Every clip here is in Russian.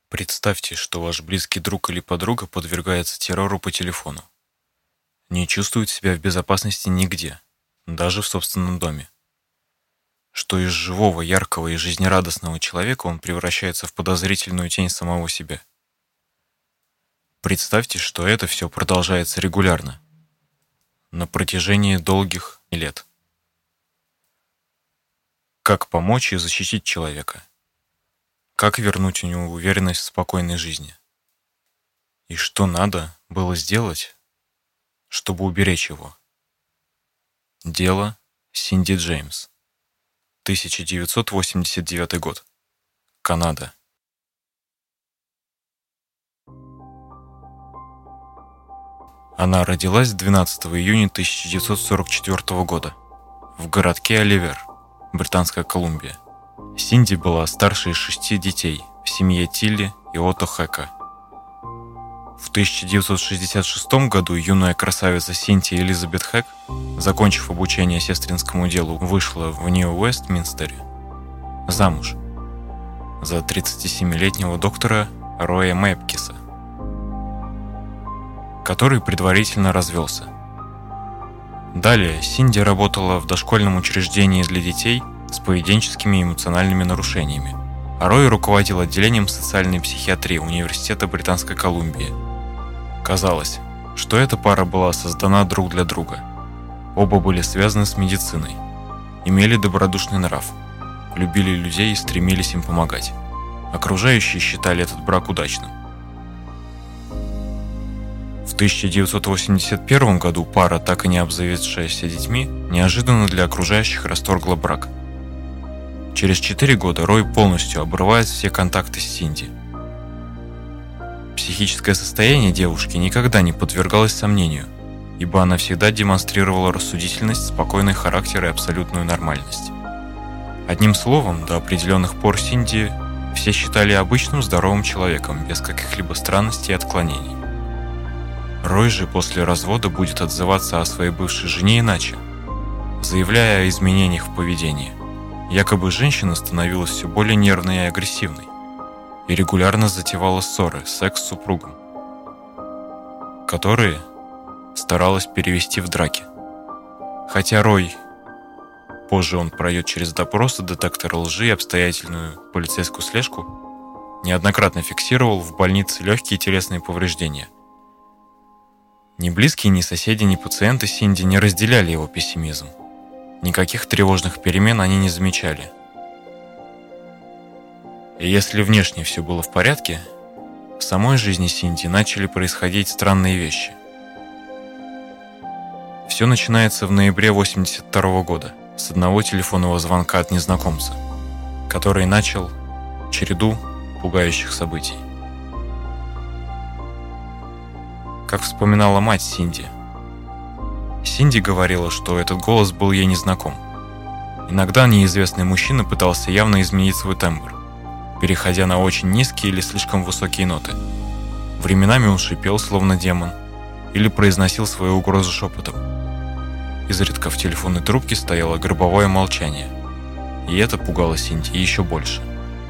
Представьте, что ваш близкий друг или подруга подвергается террору по телефону. Не чувствует себя в безопасности нигде, даже в собственном доме. Что из живого, яркого и жизнерадостного человека он превращается в подозрительную тень самого себя. Представьте, что это все продолжается регулярно, на протяжении долгих лет. Как помочь и защитить человека? Как вернуть у него уверенность в спокойной жизни? И что надо было сделать, чтобы уберечь его? Дело Синди Джеймс. 1989 год. Канада. Она родилась 12 июня 1944 года в городке Оливер, Британская Колумбия. Синди была старшей из 6 детей в семье Тилли и Отто Хэка. В 1966 году юная красавица Синтия Элизабет Хэк, закончив обучение сестринскому делу, вышла в Нью-Уэстминстере замуж за 37-летнего доктора Роя Мэпкиса, который предварительно развелся. Далее Синди работала в дошкольном учреждении для детей с поведенческими и эмоциональными нарушениями, а Рой руководил отделением социальной психиатрии Университета Британской Колумбии. Казалось, что эта пара была создана друг для друга. Оба были связаны с медициной, имели добродушный нрав, любили людей и стремились им помогать. Окружающие считали этот брак удачным. В 1981 году пара, так и не обзаведшаяся детьми, неожиданно для окружающих расторгла брак. Через 4 года Рой полностью обрывает все контакты с Синди. Психическое состояние девушки никогда не подвергалось сомнению, ибо она всегда демонстрировала рассудительность, спокойный характер и абсолютную нормальность. Одним словом, до определенных пор Синди все считали обычным здоровым человеком, без каких-либо странностей и отклонений. Рой же после развода будет отзываться о своей бывшей жене иначе, заявляя о изменениях в поведении. Якобы женщина становилась все более нервной и агрессивной и регулярно затевала ссоры, секс с супругом, которые старалась перевести в драки. Хотя Рой, позже он пройдет через допросы, детектор лжи и обстоятельную полицейскую слежку, неоднократно фиксировал в больнице легкие телесные повреждения. Ни близкие, ни соседи, ни пациенты Синди не разделяли его пессимизм. Никаких тревожных перемен они не замечали. И если внешне все было в порядке, в самой жизни Синди начали происходить странные вещи. Все начинается в ноябре 1982 года с одного телефонного звонка от незнакомца, который начал череду пугающих событий. Как вспоминала мать Синди, Синди говорила, что этот голос был ей незнаком. Иногда неизвестный мужчина пытался явно изменить свой тембр, переходя на очень низкие или слишком высокие ноты. Временами он шипел, словно демон, или произносил свою угрозу шепотом. Изредка в телефонной трубке стояло гробовое молчание, и это пугало Синди еще больше.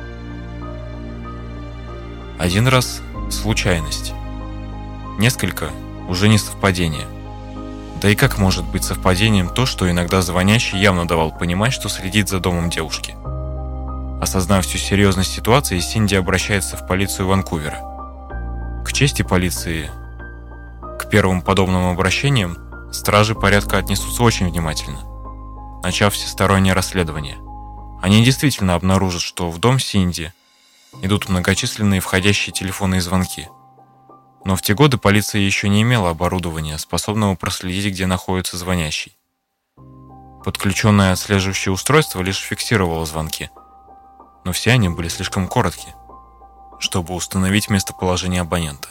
Один раз – случайность. Несколько – уже не совпадение. Да и как может быть совпадением то, что иногда звонящий явно давал понимать, что следит за домом девушки? Осознав всю серьезность ситуации, Синди обращается в полицию Ванкувера. К чести полиции, к первым подобным обращениям стражи порядка отнесутся очень внимательно, начав всестороннее расследование. Они действительно обнаружат, что в дом Синди идут многочисленные входящие телефонные звонки. Но в те годы полиция еще не имела оборудования, способного проследить, где находится звонящий. Подключенное отслеживающее устройство лишь фиксировало звонки, но все они были слишком коротки, чтобы установить местоположение абонента.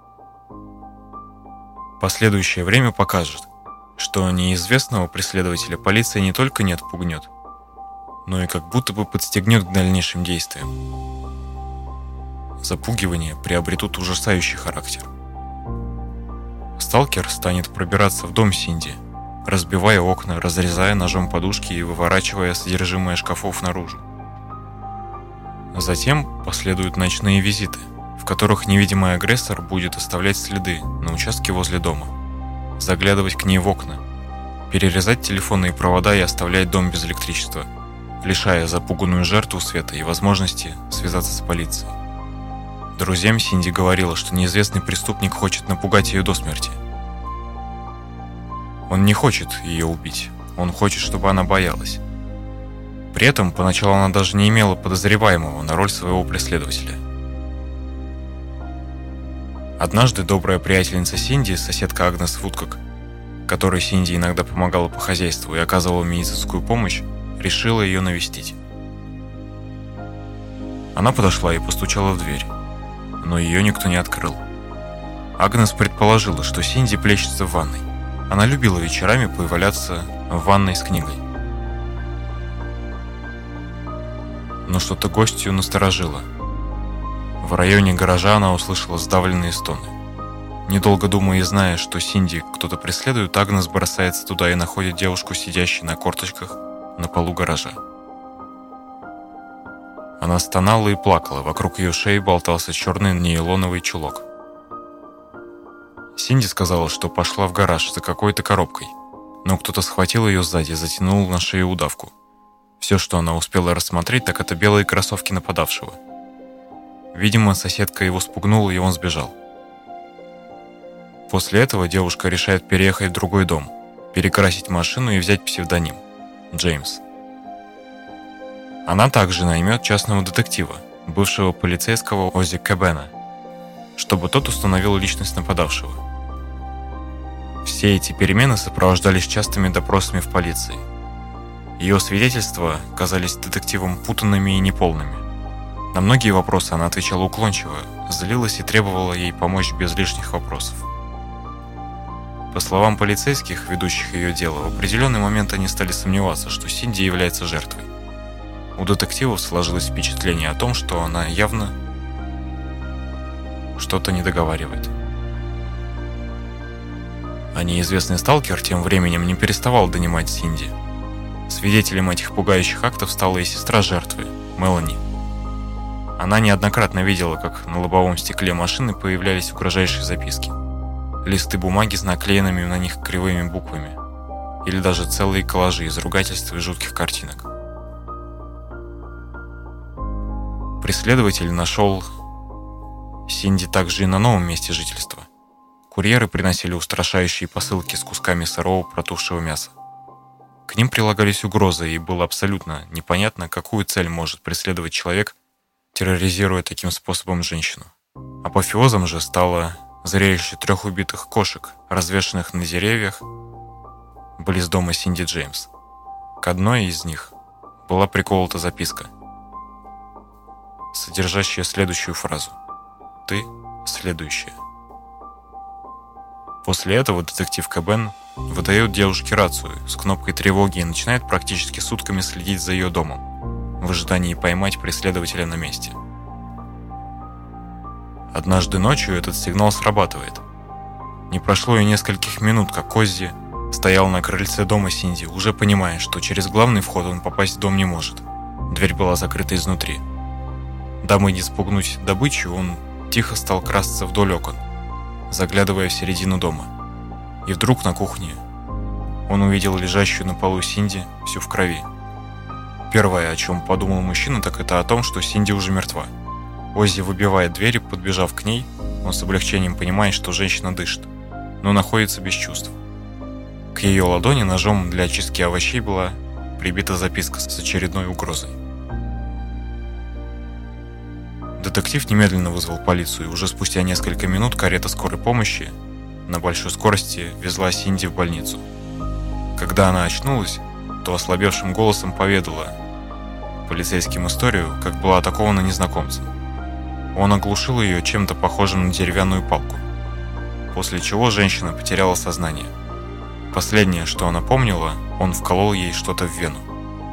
Последующее время покажет, что неизвестного преследователя полиция не только не отпугнет, но и как будто бы подстегнет к дальнейшим действиям. Запугивания приобретут ужасающий характер. Сталкер станет пробираться в дом Синди, разбивая окна, разрезая ножом подушки и выворачивая содержимое шкафов наружу. Затем последуют ночные визиты, в которых невидимый агрессор будет оставлять следы на участке возле дома, заглядывать к ней в окна, перерезать телефонные провода и оставлять дом без электричества, лишая запуганную жертву света и возможности связаться с полицией. Друзьям Синди говорила, что неизвестный преступник хочет напугать ее до смерти. Он не хочет ее убить, он хочет, чтобы она боялась. При этом поначалу она даже не имела подозреваемого на роль своего преследователя. Однажды добрая приятельница Синди, соседка Агнес Вудкок, которой Синди иногда помогала по хозяйству и оказывала медицинскую помощь, решила ее навестить. Она подошла и постучала в дверь, но ее никто не открыл. Агнес предположила, что Синди плещется в ванной. Она любила вечерами появляться в ванной с книгой. Но что-то гостью насторожило. В районе гаража она услышала сдавленные стоны. Недолго думая и зная, что Синди кто-то преследует, Агнес бросается туда и находит девушку, сидящей на корточках на полу гаража. Она стонала и плакала, вокруг ее шеи болтался черный нейлоновый чулок. Синди сказала, что пошла в гараж за какой-то коробкой, но кто-то схватил ее сзади и затянул на шею удавку. Все, что она успела рассмотреть, так это белые кроссовки нападавшего. Видимо, соседка его спугнула, и он сбежал. После этого девушка решает переехать в другой дом, перекрасить машину и взять псевдоним – Джеймс. Она также наймет частного детектива, бывшего полицейского Оззи Кэбена, чтобы тот установил личность нападавшего. Все эти перемены сопровождались частыми допросами в полиции. Ее свидетельства казались детективам путанными и неполными. На многие вопросы она отвечала уклончиво, злилась и требовала ей помочь без лишних вопросов. По словам полицейских, ведущих ее дело, в определенный момент они стали сомневаться, что Синди является жертвой. У детективов сложилось впечатление о том, что она явно что-то не договаривает. А неизвестный сталкер тем временем не переставал донимать Синди. Свидетелем этих пугающих актов стала и сестра жертвы, Мелани. Она неоднократно видела, как на лобовом стекле машины появлялись угрожающие записки. Листы бумаги с наклеенными на них кривыми буквами. Или даже целые коллажи из ругательств и жутких картинок. Преследователь нашел Синди также и на новом месте жительства. Курьеры приносили устрашающие посылки с кусками сырого протухшего мяса. К ним прилагались угрозы, и было абсолютно непонятно, какую цель может преследовать человек, терроризируя таким способом женщину. Апофеозом же стало зрелище 3 убитых кошек, развешанных на деревьях близ дома Синди Джеймс. К одной из них была приколота записка, содержащая следующую фразу: «Ты следующая». После этого детектив Кэбен выдает девушке рацию с кнопкой тревоги и начинает практически сутками следить за ее домом, в ожидании поймать преследователя на месте. Однажды ночью этот сигнал срабатывает. Не прошло и нескольких минут, как Оззи стоял на крыльце дома Синди, уже понимая, что через главный вход он попасть в дом не может. Дверь была закрыта изнутри. Дабы не спугнуть добычу, он тихо стал красться вдоль окон, заглядывая в середину дома. И вдруг на кухне он увидел лежащую на полу Синди всю в крови. Первое, о чем подумал мужчина, так это о том, что Синди уже мертва. Оззи выбивает дверь, и, подбежав к ней, он с облегчением понимает, что женщина дышит, но находится без чувств. К ее ладони ножом для очистки овощей была прибита записка с очередной угрозой. Детектив немедленно вызвал полицию, и уже спустя несколько минут карета скорой помощи на большой скорости везла Синди в больницу. Когда она очнулась, то ослабевшим голосом поведала полицейским историю, как была атакована незнакомцем. Он оглушил ее чем-то похожим на деревянную палку, после чего женщина потеряла сознание. Последнее, что она помнила, он вколол ей что-то в вену.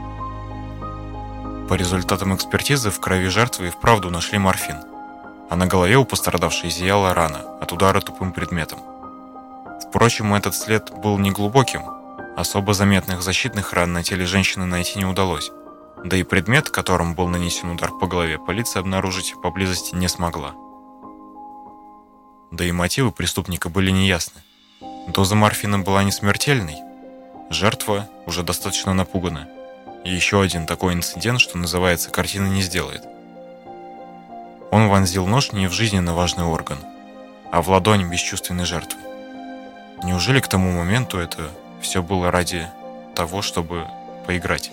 По результатам экспертизы в крови жертвы и вправду нашли морфин, а на голове у пострадавшей зияла рана от удара тупым предметом. Впрочем, этот след был неглубоким, особо заметных защитных ран на теле женщины найти не удалось, Да и предмет, которым был нанесен удар по голове, полиция обнаружить поблизости не смогла. Да и мотивы преступника были неясны. Доза морфина была не смертельной. Жертва уже достаточно напугана. И еще один такой инцидент, что называется, картина не сделает. Он вонзил нож не в жизненно важный орган, а в ладонь бесчувственной жертвы. Неужели к тому моменту это все было ради того, чтобы поиграть?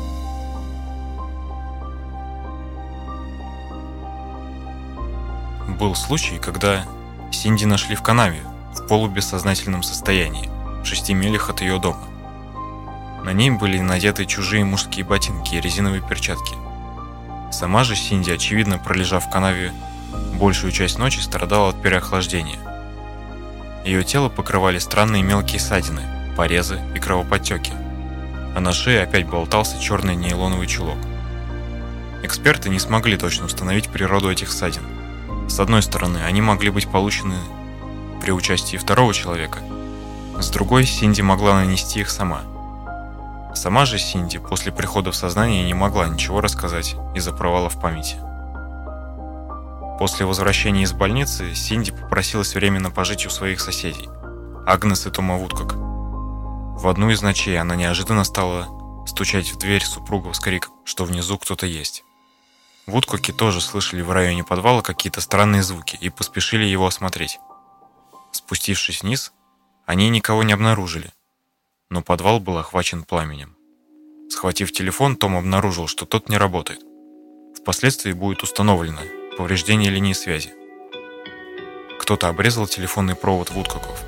Был случай, когда Синди нашли в канаве в полубессознательном состоянии, в 6 милях от ее дома. На ней были надеты чужие мужские ботинки и резиновые перчатки. Сама же Синди, очевидно, пролежав в канаве большую часть ночи, страдала от переохлаждения. Ее тело покрывали странные мелкие ссадины, порезы и кровоподтеки, а на шее опять болтался черный нейлоновый чулок. Эксперты не смогли точно установить природу этих ссадин. С одной стороны, они могли быть получены при участии второго человека, с другой, Синди могла нанести их сама. Сама же Синди после прихода в сознание не могла ничего рассказать из-за провала в памяти. После возвращения из больницы Синди попросилась временно пожить у своих соседей, Агнес и Тома Вудкок. В одну из ночей она неожиданно стала стучать в дверь супругов с криком, что внизу кто-то есть. Вудкоки тоже слышали в районе подвала какие-то странные звуки и поспешили его осмотреть. Спустившись вниз, они никого не обнаружили, но подвал был охвачен пламенем. Схватив телефон, Том обнаружил, что тот не работает. Впоследствии будет установлено повреждение линии связи. Кто-то обрезал телефонный провод Вудкоков.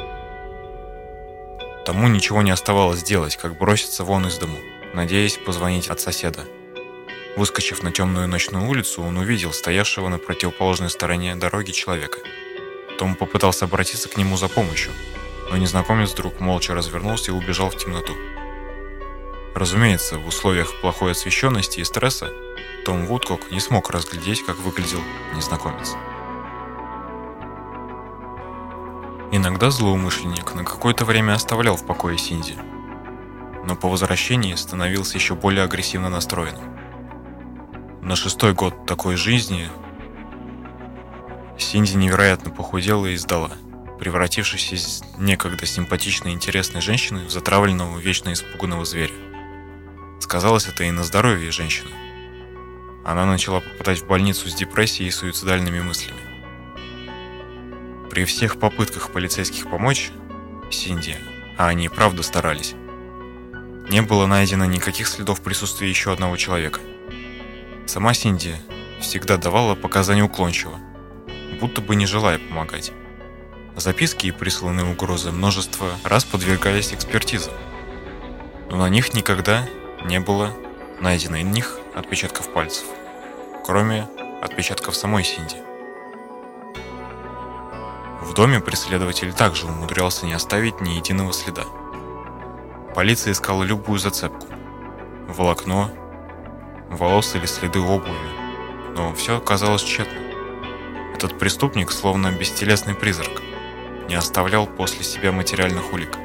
Тому ничего не оставалось делать, как броситься вон из дому, надеясь позвонить от соседа. Выскочив на темную ночную улицу, он увидел стоявшего на противоположной стороне дороги человека. Том попытался обратиться к нему за помощью, но незнакомец вдруг молча развернулся и убежал в темноту. Разумеется, в условиях плохой освещенности и стресса Том Вудкок не смог разглядеть, как выглядел незнакомец. Иногда злоумышленник на какое-то время оставлял в покое Синди, но по возвращении становился еще более агрессивно настроенным. На 6-й год такой жизни Синди невероятно похудела и сдала, превратившись из некогда симпатичной и интересной женщины в затравленного, вечно испуганного зверя. Сказалось это и на здоровье женщины. Она начала попадать в больницу с депрессией и суицидальными мыслями. При всех попытках полицейских помочь Синди, а они правда старались, не было найдено никаких следов присутствия еще одного человека. Сама Синди всегда давала показания уклончиво, будто бы не желая помогать. Записки и присланные угрозы множество раз подвергались экспертизам, но на них никогда не было найдено иных отпечатков пальцев, кроме отпечатков самой Синди. В доме преследователь также умудрялся не оставить ни единого следа. Полиция искала любую зацепку – волокно, волос или следы обуви, но все оказалось тщетно. Этот преступник, словно бестелесный призрак, не оставлял после себя материальных улик.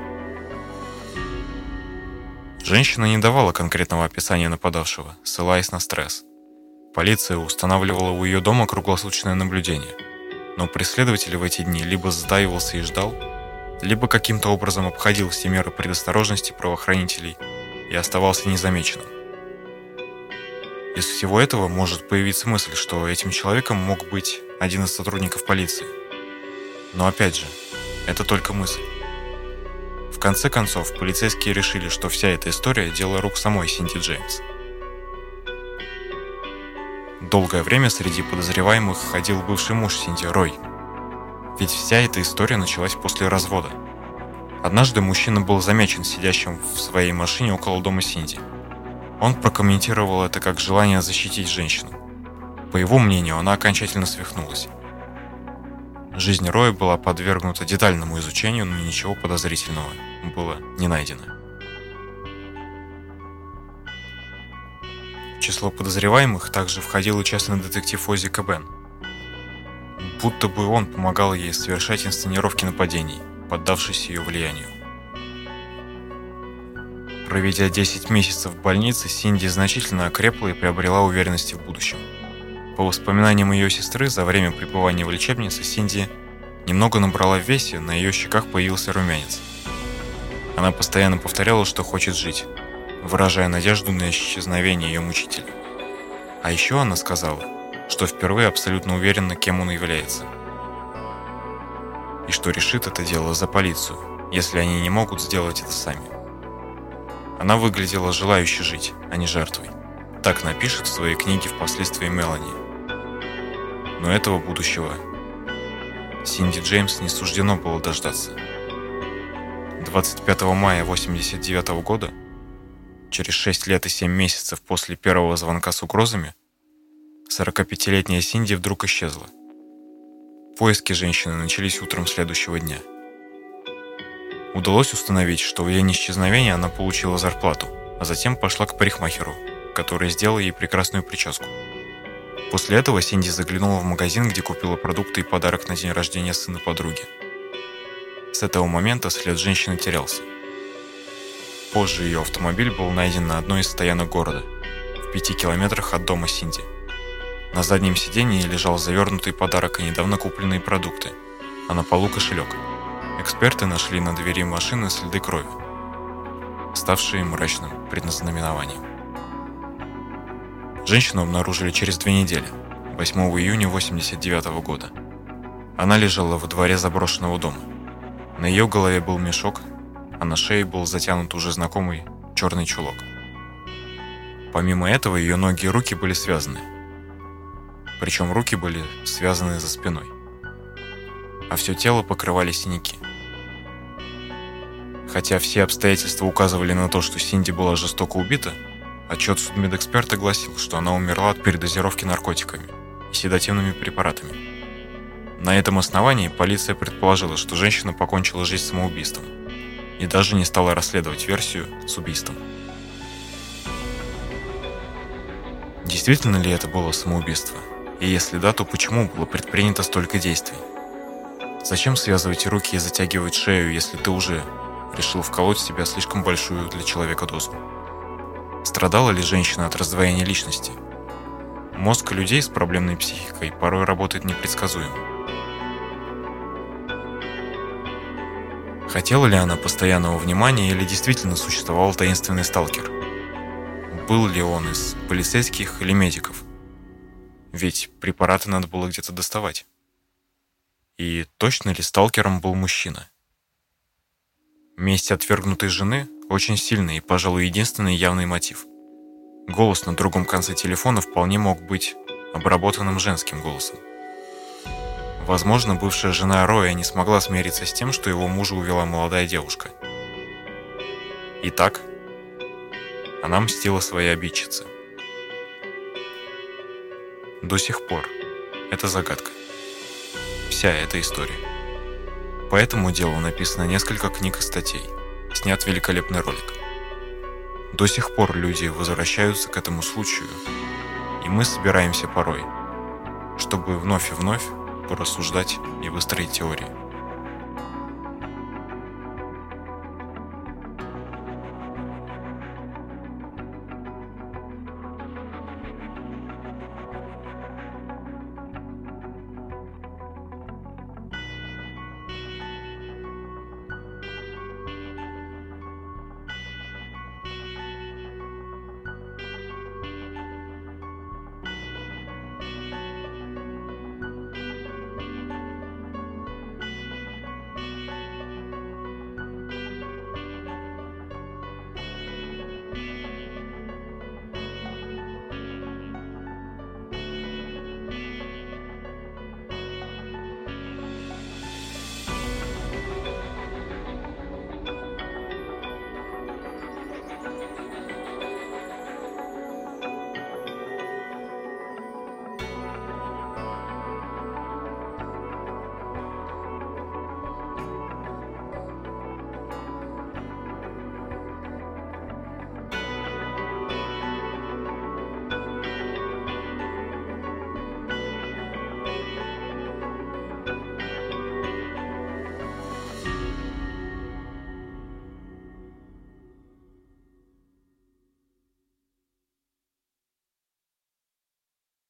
Женщина не давала конкретного описания нападавшего, ссылаясь на стресс. Полиция устанавливала у ее дома круглосуточное наблюдение, но преследователь в эти дни либо сдаивался и ждал, либо каким-то образом обходил все меры предосторожности правоохранителей и оставался незамеченным. Из всего этого может появиться мысль, что этим человеком мог быть один из сотрудников полиции. Но опять же, это только мысль. В конце концов, полицейские решили, что вся эта история – дело рук самой Синди Джеймс. Долгое время среди подозреваемых ходил бывший муж Синди, Рой. Ведь вся эта история началась после развода. Однажды мужчина был замечен сидящим в своей машине около дома Синди. Он прокомментировал это как желание защитить женщину. По его мнению, она окончательно свихнулась. Жизнь Роя была подвергнута детальному изучению, но ничего подозрительного было не найдено. В число подозреваемых также входил и частный детектив Оззи Кабен. Будто бы он помогал ей совершать инсценировки нападений, поддавшись ее влиянию. Проведя 10 месяцев в больнице, Синди значительно окрепла и приобрела уверенности в будущем. По воспоминаниям ее сестры, за время пребывания в лечебнице Синди немного набрала в весе, на ее щеках появился румянец. Она постоянно повторяла, что хочет жить, выражая надежду на исчезновение ее мучителя. А еще она сказала, что впервые абсолютно уверена, кем он является. И что решит это дело за полицию, если они не могут сделать это сами. Она выглядела желающей жить, а не жертвой. Так напишет в своей книге впоследствии Мелани. Но этого будущего Синди Джеймс не суждено было дождаться. 25 мая 1989 года, через 6 лет и 7 месяцев после первого звонка с угрозами, 45-летняя Синди вдруг исчезла. Поиски женщины начались утром следующего дня. Удалось установить, что в день исчезновения она получила зарплату, а затем пошла к парикмахеру, который сделал ей прекрасную прическу. После этого Синди заглянула в магазин, где купила продукты и подарок на день рождения сына подруги. С этого момента след женщины терялся. Позже ее автомобиль был найден на одной из стоянок города, в 5 километрах от дома Синди. На заднем сиденье лежал завернутый подарок и недавно купленные продукты, а на полу кошелек. Эксперты нашли на двери машины следы крови, ставшие мрачным предзнаменованием. Женщину обнаружили через 2 недели, 8 июня 1989 года. Она лежала во дворе заброшенного дома. На ее голове был мешок, а на шее был затянут уже знакомый черный чулок. Помимо этого, ее ноги и руки были связаны. Причем руки были связаны за спиной, а все тело покрывали синяки. Хотя все обстоятельства указывали на то, что Синди была жестоко убита, отчет судмедэксперта гласил, что она умерла от передозировки наркотиками и седативными препаратами. На этом основании полиция предположила, что женщина покончила жизнь самоубийством и даже не стала расследовать версию с убийством. Действительно ли это было самоубийство? И если да, то почему было предпринято столько действий? Зачем связывать руки и затягивать шею, если ты уже решил вколоть в себя слишком большую для человека дозу? Страдала ли женщина от раздвоения личности? Мозг людей с проблемной психикой порой работает непредсказуемо. Хотела ли она постоянного внимания или действительно существовал таинственный сталкер? Был ли он из полицейских или медиков? Ведь препараты надо было где-то доставать. И точно ли сталкером был мужчина? Месть отвергнутой жены – очень сильный и, пожалуй, единственный явный мотив. Голос на другом конце телефона вполне мог быть обработанным женским голосом. Возможно, бывшая жена Роя не смогла смириться с тем, что его мужа увела молодая девушка. Итак, она мстила своей обидчице. До сих пор это загадка. Вся эта история. По этому делу написано несколько книг и статей, снят великолепный ролик. До сих пор люди возвращаются к этому случаю, и мы собираемся порой, чтобы вновь и вновь порассуждать и выстроить теории.